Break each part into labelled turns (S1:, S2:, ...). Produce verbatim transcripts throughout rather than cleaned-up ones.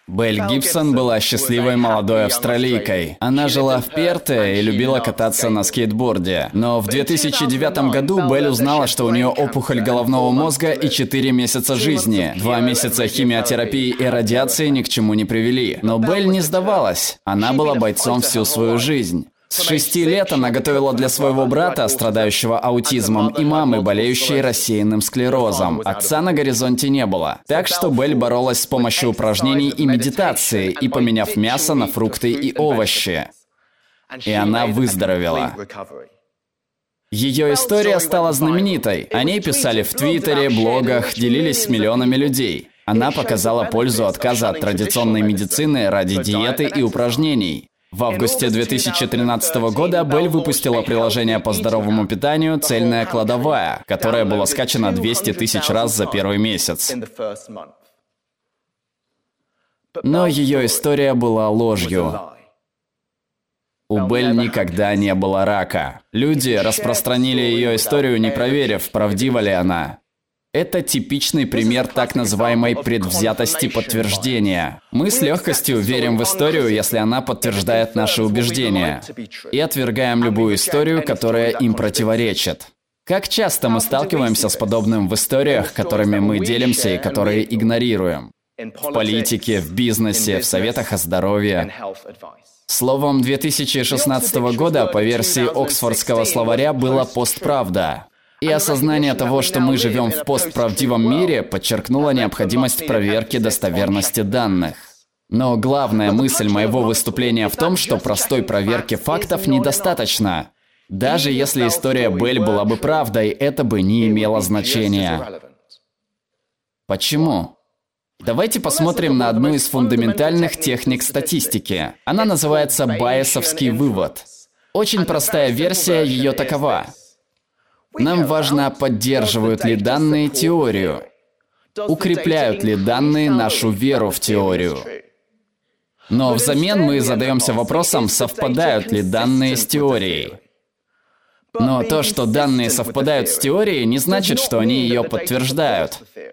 S1: Белль Гибсон была счастливой молодой австралийкой. Она жила в Перте и любила кататься на скейтборде. Но в две тысячи девятом году Белль узнала, что у нее опухоль головного мозга и четыре месяца жизни. Два месяца химиотерапии и радиации ни к чему не привели. Но Белль не сдавалась. Она была бойцом всю свою жизнь. С шести лет она готовила для своего брата, страдающего аутизмом, и мамы, болеющей рассеянным склерозом. Отца на горизонте не было. Так что Белль боролась с помощью упражнений и медитации, и поменяв мясо на фрукты и овощи. И она выздоровела. Ее история стала знаменитой. О ней писали в Твиттере, блогах, делились с миллионами людей. Она показала пользу отказа от традиционной медицины ради диеты и упражнений. В августе две тысячи тринадцатого года Белль выпустила приложение по здоровому питанию «Цельная кладовая», которое было скачано двести тысяч раз за первый месяц. Но ее история была ложью. У Белль никогда не было рака. Люди распространили ее историю, не проверив, правдива ли она. Это типичный пример так называемой предвзятости подтверждения. Мы с легкостью верим в историю, если она подтверждает наши убеждения, и отвергаем любую историю, которая им противоречит. Как часто мы сталкиваемся с подобным в историях, которыми мы делимся и которые игнорируем? В политике, в бизнесе, в советах о здоровье. Словом, две тысячи шестнадцатого года по версии Оксфордского словаря было «постправда». И осознание того, что мы живем в постправдивом мире, подчеркнуло необходимость проверки достоверности данных. Но главная мысль моего выступления в том, что простой проверки фактов недостаточно. Даже если история Белль была бы правдой, это бы не имело значения. Почему? Давайте посмотрим на одну из фундаментальных техник статистики. Она называется байесовский вывод. Очень простая версия ее такова. Нам важно, поддерживают ли данные теорию, укрепляют ли данные нашу веру в теорию. Но взамен мы задаемся вопросом, совпадают ли данные с теорией. Но то, что данные совпадают с теорией, не значит, что они ее подтверждают.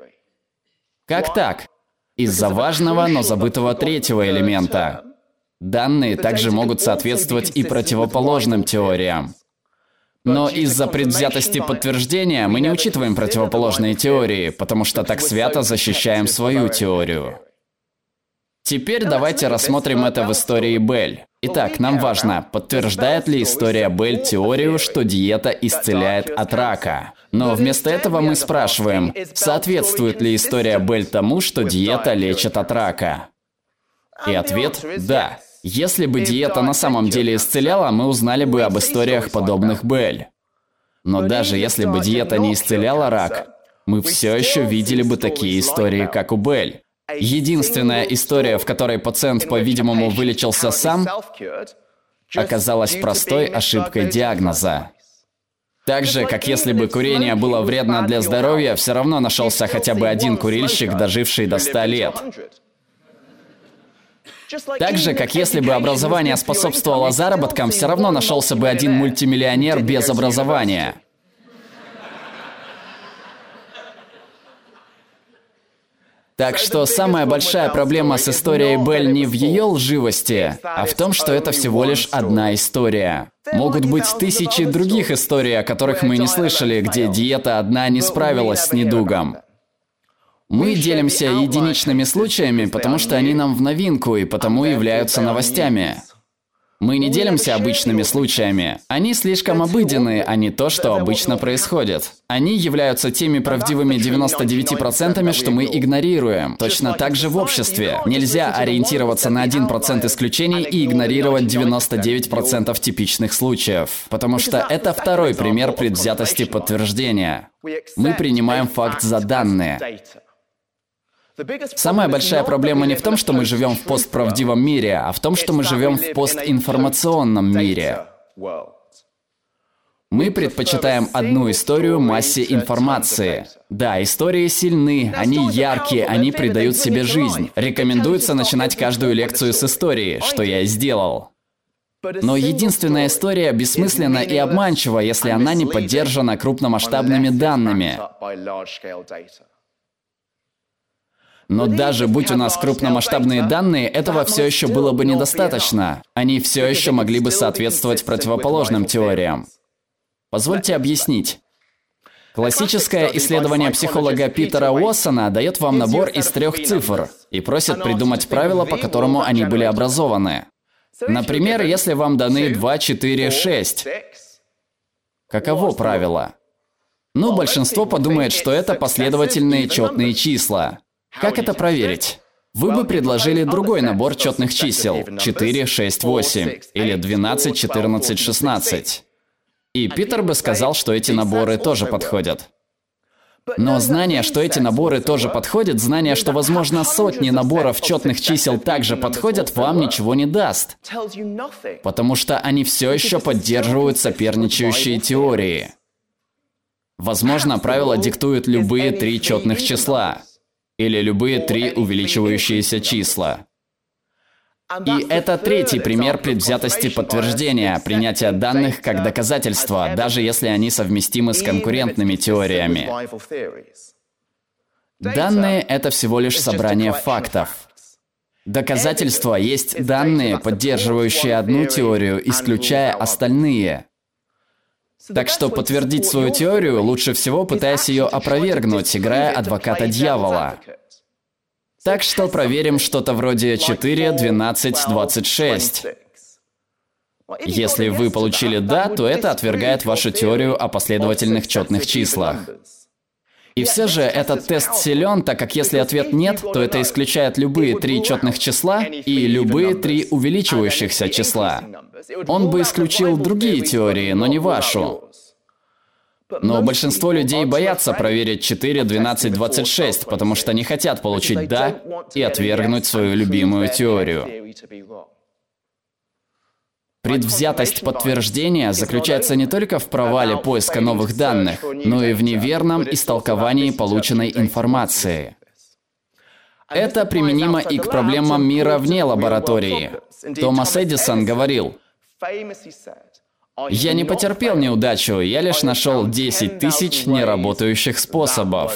S1: Как так? Из-за важного, но забытого третьего элемента. Данные также могут соответствовать и противоположным теориям. Но из-за предвзятости подтверждения мы не учитываем противоположные теории, потому что так свято защищаем свою теорию. Теперь давайте рассмотрим это в истории Белль. Итак, нам важно, подтверждает ли история Белль теорию, что диета исцеляет от рака. Но вместо этого мы спрашиваем, соответствует ли история Белль тому, что диета лечит от рака? И ответ – да. Если бы диета на самом деле исцеляла, мы узнали бы об историях, подобных Белль. Но даже если бы диета не исцеляла рак, мы все еще видели бы такие истории, как у Белль. Единственная история, в которой пациент, по-видимому, вылечился сам, оказалась простой ошибкой диагноза. Так же, как если бы курение было вредно для здоровья, все равно нашелся хотя бы один курильщик, доживший до ста лет. Так же, как если бы образование способствовало заработкам, все равно нашелся бы один мультимиллионер без образования. Так что самая большая проблема с историей Белль не в ее лживости, а в том, что это всего лишь одна история. Могут быть тысячи других историй, о которых мы не слышали, где диета одна не справилась с недугом. Мы делимся единичными случаями, потому что они нам в новинку и потому являются новостями. Мы не делимся обычными случаями. Они слишком обыденные, а не то, что обычно происходит. Они являются теми правдивыми девяноста девятью процентами, что мы игнорируем. Точно так же в обществе. Нельзя ориентироваться на один процент исключений и игнорировать девяносто девять процентов типичных случаев. Потому что это второй пример предвзятости подтверждения. Мы принимаем факт за данные. Самая большая проблема не в том, что мы живем в постправдивом мире, а в том, что мы живем в постинформационном мире. Мы предпочитаем одну историю массе информации. Да, истории сильны, они яркие, они придают себе жизнь. Рекомендуется начинать каждую лекцию с истории, что я и сделал. Но единственная история бессмысленна и обманчива, если она не поддержана крупномасштабными данными. Но даже будь у нас крупномасштабные данные, этого все еще было бы недостаточно. Они все еще могли бы соответствовать противоположным теориям. Позвольте объяснить. Классическое исследование психолога Питера Уоссона дает вам набор из трех цифр и просит придумать правила, по которому они были образованы. Например, если вам даны два, четыре, шесть. Каково правило? Ну, большинство подумает, что это последовательные четные числа. Как это проверить? Вы бы предложили другой набор четных чисел – четыре, шесть, восемь или двенадцать, четырнадцать, шестнадцать. И Питер бы сказал, что эти наборы тоже подходят. Но знание, что эти наборы тоже подходят, знание, что, возможно, сотни наборов четных чисел также подходят, вам ничего не даст. Потому что они все еще поддерживают соперничающие теории. Возможно, правила диктуют любые три четных числа. Или любые три увеличивающиеся числа. И это третий пример предвзятости подтверждения, принятия данных как доказательства, даже если они совместимы с конкурентными теориями. Данные — это всего лишь собрание фактов. Доказательства есть данные, поддерживающие одну теорию, исключая остальные. Так что подтвердить свою теорию лучше всего, пытаясь ее опровергнуть, играя адвоката дьявола. Так что проверим что-то вроде четыре, двенадцать, двадцать шесть. Если вы получили «да», то это отвергает вашу теорию о последовательных четных числах. И все же этот тест силен, так как если ответ «нет», то это исключает любые три четных числа и любые три увеличивающихся числа. Он бы исключил другие теории, но не вашу. Но большинство людей боятся проверить четыре, двенадцать, двадцать шесть, потому что не хотят получить «да» и отвергнуть свою любимую теорию. Предвзятость подтверждения заключается не только в провале поиска новых данных, но и в неверном истолковании полученной информации. Это применимо и к проблемам мира вне лаборатории. Томас Эдисон говорил: «Я не потерпел неудачу, я лишь нашел десять тысяч неработающих способов».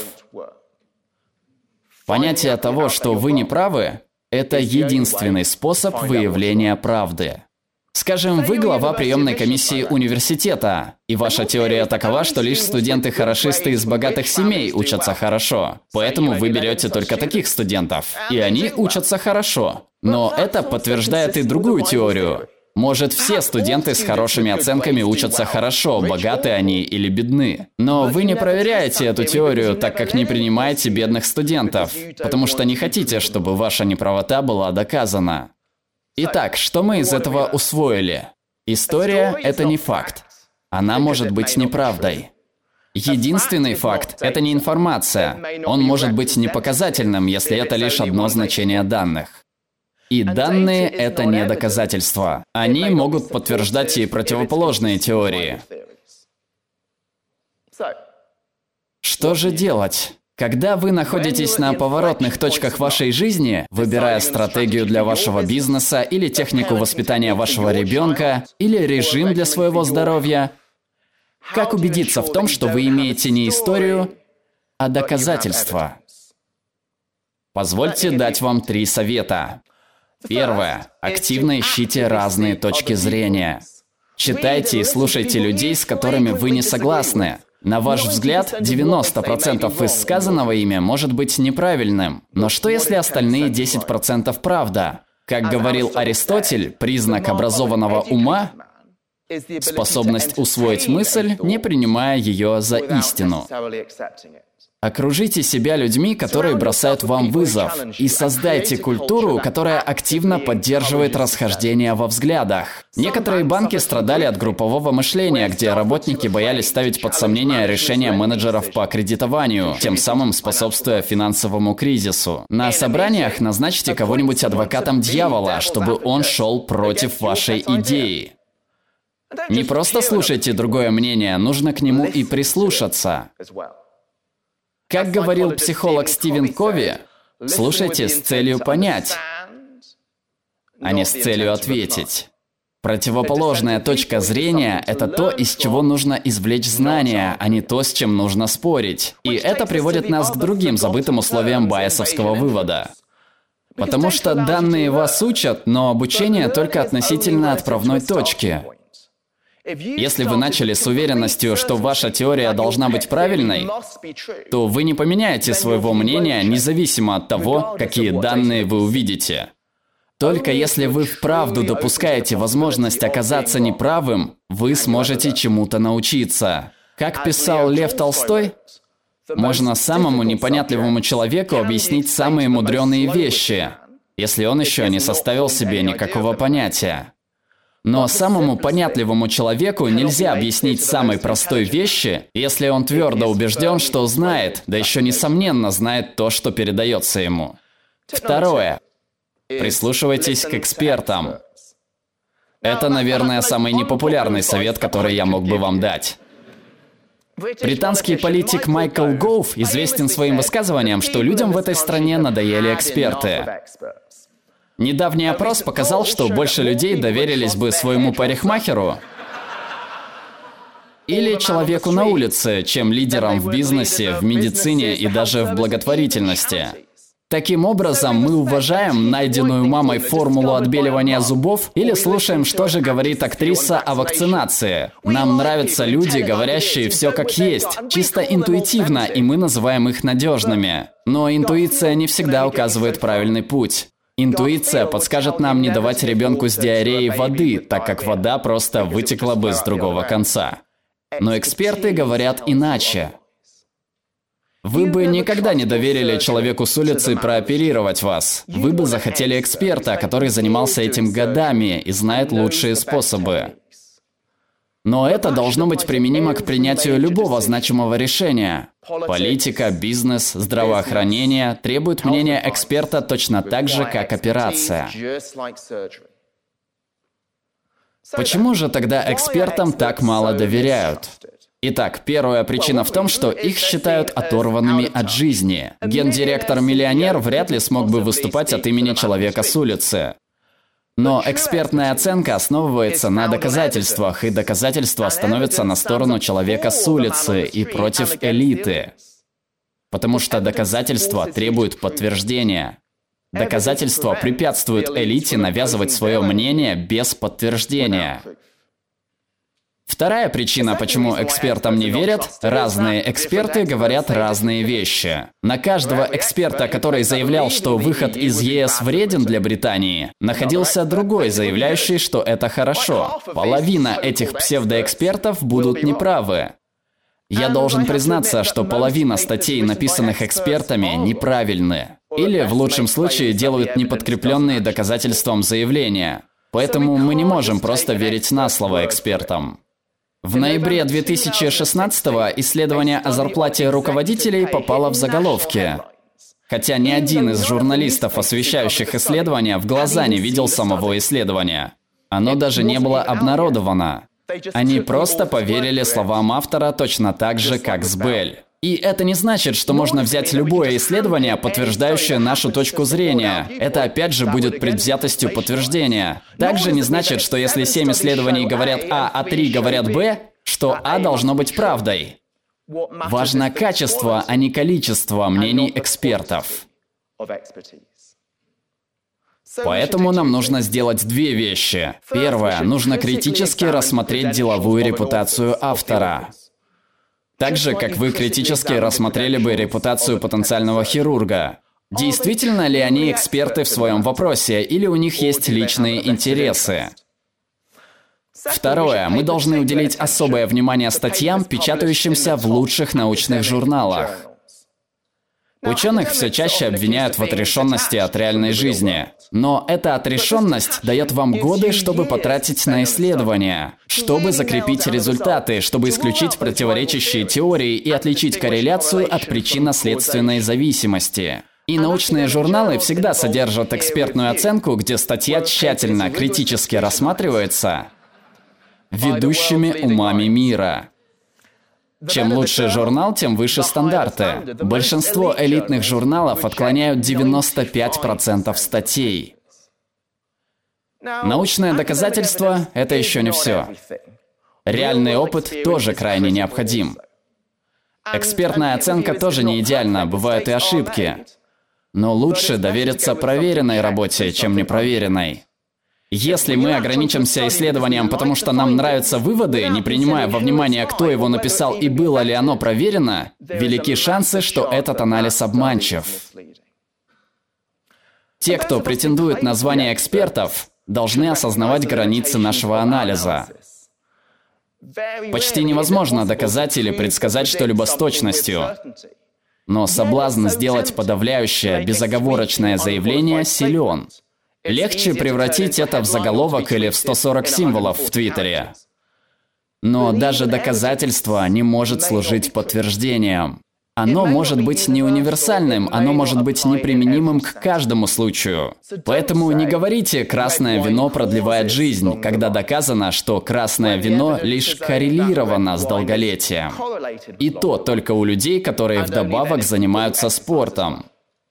S1: Понятие того, что вы не правы, это единственный способ выявления правды. Скажем, вы глава приемной комиссии университета, и ваша теория такова, что лишь студенты-хорошисты из богатых семей учатся хорошо. Поэтому вы берете только таких студентов, и они учатся хорошо. Но это подтверждает и другую теорию. Может, все студенты с хорошими оценками учатся хорошо, богаты они или бедны. Но вы не проверяете эту теорию, так как не принимаете бедных студентов, потому что не хотите, чтобы ваша неправота была доказана. Итак, что мы из этого усвоили? История — это не факт. Она может быть неправдой. Единственный факт — это не информация. Он может быть непоказательным, если это лишь одно значение данных. И данные — это не доказательства. Они могут подтверждать и противоположные теории. Что же делать? Когда вы находитесь на поворотных точках вашей жизни, выбирая стратегию для вашего бизнеса или технику воспитания вашего ребенка, или режим для своего здоровья, как убедиться в том, что вы имеете не историю, а доказательства? Позвольте дать вам три совета. Первое. Активно ищите разные точки зрения. Читайте и слушайте людей, с которыми вы не согласны. На ваш взгляд, девяносто процентов из сказанного ими может быть неправильным. Но что если остальные десять процентов правда? Как говорил Аристотель, признак образованного ума – способность усвоить мысль, не принимая ее за истину. Окружите себя людьми, которые бросают вам вызов, и создайте культуру, которая активно поддерживает расхождения во взглядах. Некоторые банки страдали от группового мышления, где работники боялись ставить под сомнение решения менеджеров по кредитованию, тем самым способствуя финансовому кризису. На собраниях назначьте кого-нибудь адвокатом дьявола, чтобы он шел против вашей идеи. Не просто слушайте другое мнение, нужно к нему и прислушаться. Как говорил психолог Стивен Кови, слушайте с целью понять, а не с целью ответить. Противоположная точка зрения – это то, из чего нужно извлечь знания, а не то, с чем нужно спорить. И это приводит нас к другим забытым условиям байесовского вывода. Потому что данные вас учат, но обучение только относительно отправной точки. Если вы начали с уверенностью, что ваша теория должна быть правильной, то вы не поменяете своего мнения независимо от того, какие данные вы увидите. Только если вы вправду допускаете возможность оказаться неправым, вы сможете чему-то научиться. Как писал Лев Толстой, можно самому непонятливому человеку объяснить самые мудреные вещи, если он еще не составил себе никакого понятия. Но самому понятливому человеку нельзя объяснить самой простой вещи, если он твердо убежден, что знает, да еще несомненно знает то, что передается ему. Второе. Прислушивайтесь к экспертам. Это, наверное, самый непопулярный совет, который я мог бы вам дать. Британский политик Майкл Гоув известен своим высказыванием, что людям в этой стране надоели эксперты. Недавний опрос показал, что больше людей доверились бы своему парикмахеру или человеку на улице, чем лидерам в бизнесе, в медицине и даже в благотворительности. Таким образом, мы уважаем найденную мамой формулу отбеливания зубов или слушаем, что же говорит актриса о вакцинации. Нам нравятся люди, говорящие все как есть, чисто интуитивно, и мы называем их надежными. Но интуиция не всегда указывает правильный путь. Интуиция подскажет нам не давать ребенку с диареей воды, так как вода просто вытекла бы с другого конца. Но эксперты говорят иначе. Вы бы никогда не доверили человеку с улицы прооперировать вас. Вы бы захотели эксперта, который занимался этим годами и знает лучшие способы. Но это должно быть применимо к принятию любого значимого решения. Политика, бизнес, здравоохранение требуют мнения эксперта точно так же, как операция. Почему же тогда экспертам так мало доверяют? Итак, первая причина в том, что их считают оторванными от жизни. Гендиректор-миллионер вряд ли смог бы выступать от имени человека с улицы. Но экспертная оценка основывается на доказательствах, и доказательства становятся на сторону человека с улицы и против элиты. Потому что доказательства требуют подтверждения. Доказательства препятствуют элите навязывать свое мнение без подтверждения. Вторая причина, почему экспертам не верят – разные эксперты говорят разные вещи. На каждого эксперта, который заявлял, что выход из ЕС вреден для Британии, находился другой, заявляющий, что это хорошо. Половина этих псевдоэкспертов будут неправы. Я должен признаться, что половина статей, написанных экспертами, неправильны. Или, в лучшем случае, делают неподкрепленные доказательством заявления. Поэтому мы не можем просто верить на слово экспертам. В ноябре две тысячи шестнадцатого исследование о зарплате руководителей попало в заголовки. Хотя ни один из журналистов, освещающих исследование, в глаза не видел самого исследования. Оно даже не было обнародовано. Они просто поверили словам автора точно так же, как с Белль. И это не значит, что можно взять любое исследование, подтверждающее нашу точку зрения. Это опять же будет предвзятостью подтверждения. Также не значит, что если семь исследований говорят А, а три говорят Б, что А должно быть правдой. Важно качество, а не количество мнений экспертов. Поэтому нам нужно сделать две вещи. Первое, нужно критически рассмотреть деловую репутацию автора. Так же, как вы критически рассмотрели бы репутацию потенциального хирурга. Действительно ли они эксперты в своем вопросе, или у них есть личные интересы? Второе. Мы должны уделить особое внимание статьям, печатающимся в лучших научных журналах. Ученых все чаще обвиняют в отрешенности от реальной жизни. Но эта отрешенность дает вам годы, чтобы потратить на исследования, чтобы закрепить результаты, чтобы исключить противоречащие теории и отличить корреляцию от причинно-следственной зависимости. И научные журналы всегда содержат экспертную оценку, где статья тщательно, критически рассматривается ведущими умами мира. Чем лучше журнал, тем выше стандарты. Большинство элитных журналов отклоняют девяносто пять процентов статей. Научное доказательство – это еще не все. Реальный опыт тоже крайне необходим. Экспертная оценка тоже не идеальна, бывают и ошибки. Но лучше довериться проверенной работе, чем непроверенной. Если мы ограничимся исследованием, потому что нам нравятся выводы, не принимая во внимание, кто его написал и было ли оно проверено, велики шансы, что этот анализ обманчив. Те, кто претендует на звание экспертов, должны осознавать границы нашего анализа. Почти невозможно доказать или предсказать что-либо с точностью. Но соблазн сделать подавляющее, безоговорочное заявление силен. Легче превратить это в заголовок или в сто сорок символов в Твиттере. Но даже доказательство не может служить подтверждением. Оно может быть не универсальным, оно может быть неприменимым к каждому случаю. Поэтому не говорите «красное вино продлевает жизнь», когда доказано, что красное вино лишь коррелировано с долголетием. И то только у людей, которые вдобавок занимаются спортом.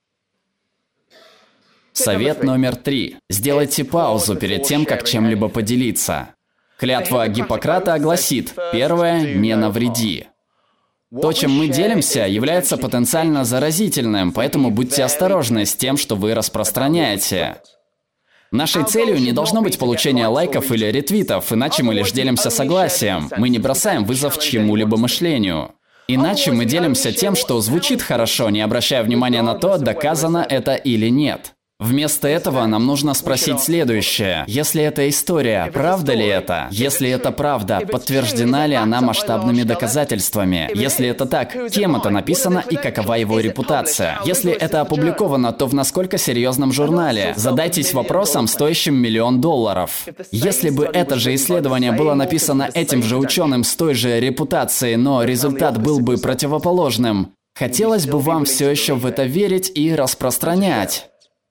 S1: Совет номер три. Сделайте паузу перед тем, как чем-либо поделиться. Клятва Гиппократа гласит: первое, не навреди. То, чем мы делимся, является потенциально заразительным, поэтому будьте осторожны с тем, что вы распространяете. Нашей целью не должно быть получение лайков или ретвитов, иначе мы лишь делимся согласием. Мы не бросаем вызов чьему-либо мышлению. Иначе мы делимся тем, что звучит хорошо, не обращая внимания на то, доказано это или нет. Вместо этого нам нужно спросить следующее. Если эта история, правда ли это? Если это правда, подтверждена ли она масштабными доказательствами? Если это так, кем это написано и какова его репутация? Если это опубликовано, то в насколько серьезном журнале? Задайтесь вопросом, стоящим миллион долларов. Если бы это же исследование было написано этим же ученым с той же репутацией, но результат был бы противоположным, хотелось бы вам все еще в это верить и распространять.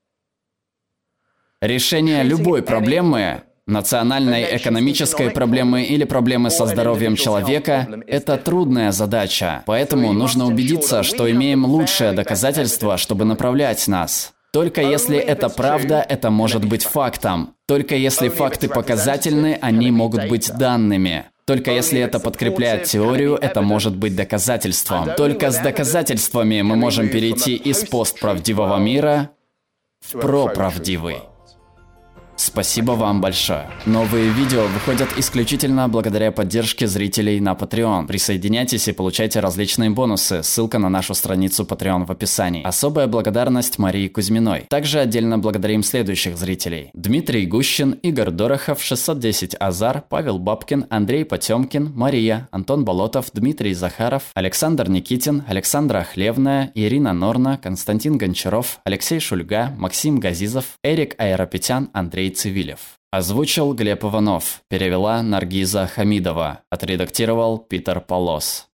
S1: Решение любой проблемы, национальной, экономической проблемы или проблемы со здоровьем человека – это трудная задача. Поэтому нужно убедиться, что имеем лучшее доказательство, чтобы направлять нас. Только если это правда, это может быть фактом. Только если факты показательны, они могут быть данными. Только если это подкрепляет теорию, это может быть доказательством. Только с доказательствами мы можем перейти из постправдивого мира в проправдивый. Спасибо вам большое. Новые видео выходят исключительно благодаря поддержке зрителей на Patreon. Присоединяйтесь и получайте различные бонусы. Ссылка на нашу страницу Patreon в описании. Особая благодарность Марии Кузьминой. Также отдельно благодарим следующих зрителей: Дмитрий Гущин, Игорь Дорохов, шестьсот десять Азар, Павел Бабкин, Андрей Потемкин, Мария, Антон Болотов, Дмитрий Захаров, Александр Никитин, Александра Хлевная, Ирина Норна, Константин Гончаров, Алексей Шульга, Максим Газизов, Эрик Айропетян, Андрей Цивилев. Озвучил Глеб Иванов. Перевела Наргиза Хамидова. Отредактировал Питер Полос.